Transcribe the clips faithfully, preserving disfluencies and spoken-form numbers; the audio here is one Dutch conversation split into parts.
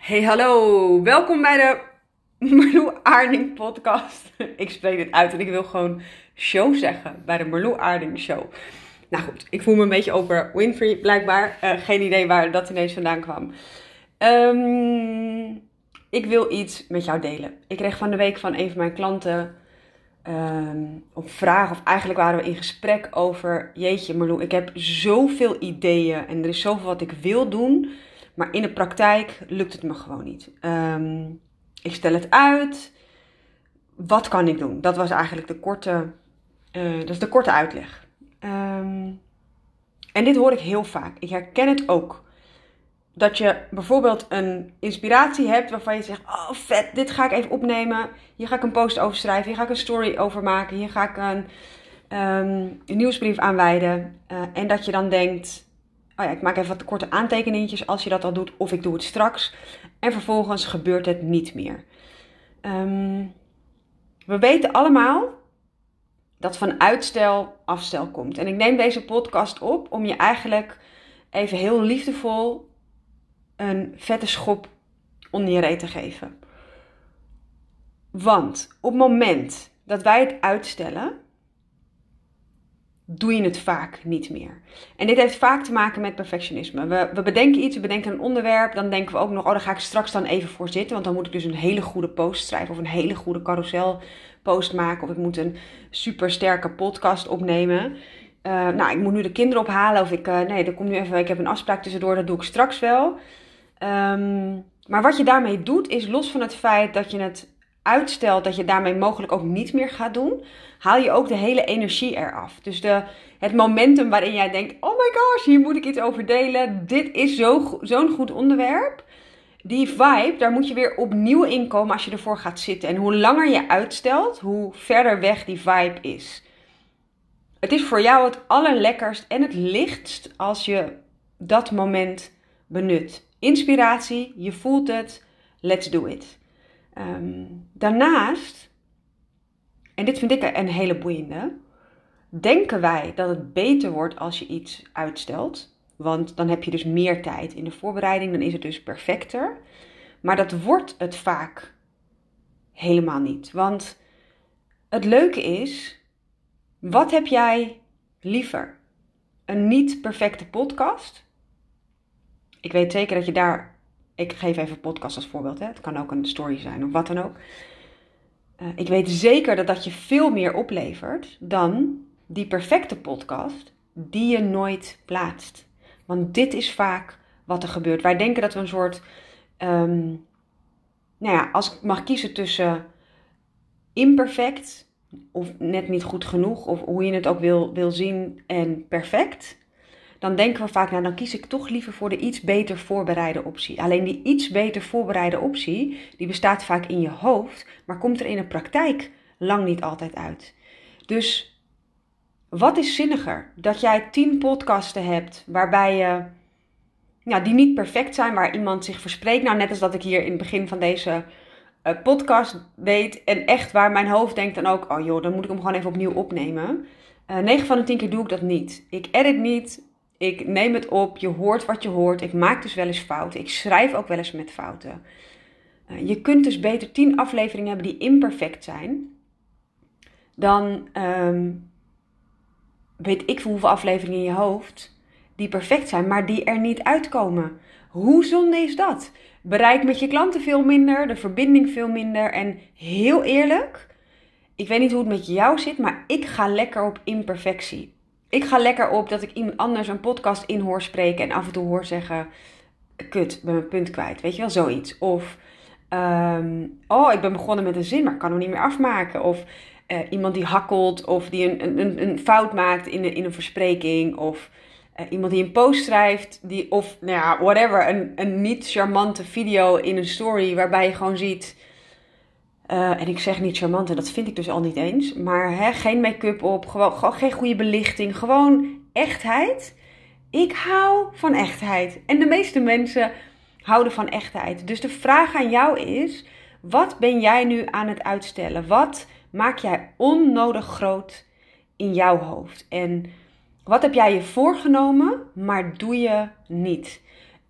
Hey, hallo. Welkom bij de Marlou Aarding podcast. Ik spreek dit uit en ik wil gewoon show zeggen bij de Marlou Aarding show. Nou goed, ik voel me een beetje Oprah Winfrey blijkbaar. Uh, geen idee waar dat ineens vandaan kwam. Um, ik wil iets met jou delen. Ik kreeg van de week van een van mijn klanten um, op vraag, of eigenlijk waren we in gesprek over... Jeetje Marlou, ik heb zoveel ideeën en er is zoveel wat ik wil doen... Maar in de praktijk lukt het me gewoon niet. Um, ik stel het uit. Wat kan ik doen? Dat was eigenlijk de korte, uh, dat is de korte uitleg. Um, en dit hoor ik heel vaak. Ik herken het ook. Dat je bijvoorbeeld een inspiratie hebt waarvan je zegt... Oh vet, dit ga ik even opnemen. Hier ga ik een post over schrijven. Hier ga ik een story over maken. Hier ga ik een, um, een nieuwsbrief aanwijden. Uh, en dat je dan denkt... Oh ja, ik maak even wat korte aantekeningetjes als je dat al doet, of ik doe het straks. En vervolgens gebeurt het niet meer. Um, we weten allemaal dat van uitstel afstel komt. En ik neem deze podcast op om je eigenlijk even heel liefdevol een vette schop onder je reet te geven. Want op het moment dat wij het uitstellen... doe je het vaak niet meer. En dit heeft vaak te maken met perfectionisme. We, we bedenken iets, we bedenken een onderwerp. Dan denken we ook nog, oh, daar ga ik straks dan even voor zitten. Want dan moet ik dus een hele goede post schrijven. Of een hele goede carousel post maken. Of ik moet een super sterke podcast opnemen. Uh, nou, ik moet nu de kinderen ophalen. Of ik, uh, nee, er komt nu even, ik heb een afspraak tussendoor. Dat doe ik straks wel. Um, maar wat je daarmee doet, is los van het feit dat je het uitstelt, dat je daarmee mogelijk ook niet meer gaat doen, haal je ook de hele energie eraf. Dus de, het momentum waarin jij denkt, oh my gosh, hier moet ik iets over delen. Dit is zo, zo'n goed onderwerp. Die vibe, daar moet je weer opnieuw in komen als je ervoor gaat zitten. En hoe langer je uitstelt, hoe verder weg die vibe is. Het is voor jou het allerlekkerst en het lichtst als je dat moment benut. Inspiratie, je voelt het, let's do it. Um, daarnaast, en dit vind ik een hele boeiende, denken wij dat het beter wordt als je iets uitstelt. Want dan heb je dus meer tijd in de voorbereiding, dan is het dus perfecter. Maar dat wordt het vaak helemaal niet. Want het leuke is, wat heb jij liever? Een niet perfecte podcast? Ik weet zeker dat je daar... Ik geef even een podcast als voorbeeld. Hè. Het kan ook een story zijn of wat dan ook. Uh, ik weet zeker dat dat je veel meer oplevert dan die perfecte podcast die je nooit plaatst. Want dit is vaak wat er gebeurt. Wij denken dat we een soort... Um, nou ja, als ik mag kiezen tussen imperfect of net niet goed genoeg, of hoe je het ook wil, wil zien, en perfect... Dan denken we vaak, nou dan kies ik toch liever voor de iets beter voorbereide optie. Alleen die iets beter voorbereide optie, die bestaat vaak in je hoofd, maar komt er in de praktijk lang niet altijd uit. Dus wat is zinniger? Dat jij tien podcasten hebt waarbij je, nou, die niet perfect zijn, waar iemand zich verspreekt. Nou, net als dat ik hier in het begin van deze uh, podcast deed. En echt waar mijn hoofd denkt dan ook, oh joh, dan moet ik hem gewoon even opnieuw opnemen. Uh, negen van de tien keer doe ik dat niet. Ik edit niet. Ik neem het op, je hoort wat je hoort. Ik maak dus wel eens fouten. Ik schrijf ook wel eens met fouten. Uh, je kunt dus beter tien afleveringen hebben die imperfect zijn. Dan um, weet ik voor hoeveel afleveringen in je hoofd die perfect zijn, maar die er niet uitkomen. Hoe zonde is dat? Bereik met je klanten veel minder, de verbinding veel minder. En heel eerlijk, ik weet niet hoe het met jou zit, maar ik ga lekker op imperfectie. Ik ga lekker op dat ik iemand anders een podcast in hoor spreken en af en toe hoor zeggen, kut, ben mijn punt kwijt. Weet je wel, zoiets. Of, um, oh, ik ben begonnen met een zin, maar ik kan hem niet meer afmaken. Of uh, iemand die hakkelt, of die een, een, een fout maakt in een, in een verspreking. Of uh, iemand die een post schrijft, die, of nou ja, whatever, een, een niet charmante video in een story waarbij je gewoon ziet... Uh, en ik zeg niet charmant, en dat vind ik dus al niet eens. Maar hè, geen make-up op, gewoon, gewoon geen goede belichting. Gewoon echtheid. Ik hou van echtheid. En de meeste mensen houden van echtheid. Dus de vraag aan jou is, wat ben jij nu aan het uitstellen? Wat maak jij onnodig groot in jouw hoofd? En wat heb jij je voorgenomen, maar doe je niet?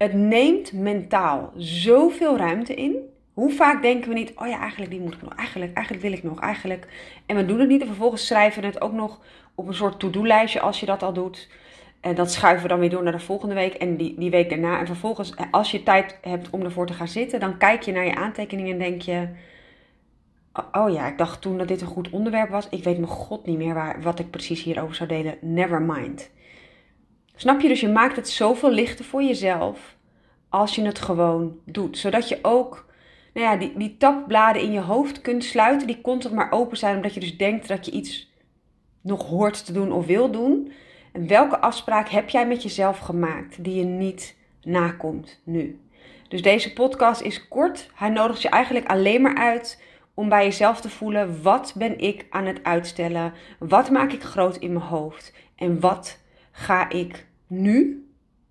Het neemt mentaal zoveel ruimte in. Hoe vaak denken we niet, oh ja, eigenlijk die moet ik nog, eigenlijk, eigenlijk wil ik nog, eigenlijk. En we doen het niet en vervolgens schrijven we het ook nog op een soort to-do-lijstje als je dat al doet. En dat schuiven we dan weer door naar de volgende week en die, die week daarna. En vervolgens, als je tijd hebt om ervoor te gaan zitten, dan kijk je naar je aantekeningen en denk je, oh ja, ik dacht toen dat dit een goed onderwerp was. Ik weet mijn god niet meer waar, wat ik precies hierover zou delen. Never mind. Snap je? Dus je maakt het zoveel lichter voor jezelf als je het gewoon doet. Zodat je ook nou ja, die, die tabbladen in je hoofd kunt sluiten. Die constant maar open zijn omdat je dus denkt dat je iets nog hoort te doen of wil doen. En welke afspraak heb jij met jezelf gemaakt die je niet nakomt nu? Dus deze podcast is kort. Hij nodigt je eigenlijk alleen maar uit om bij jezelf te voelen, wat ben ik aan het uitstellen? Wat maak ik groot in mijn hoofd? En wat ga ik nu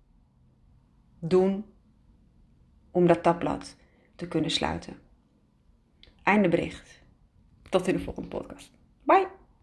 doen om dat tabblad te kunnen sluiten? Einde bericht. Tot in de volgende podcast. Bye!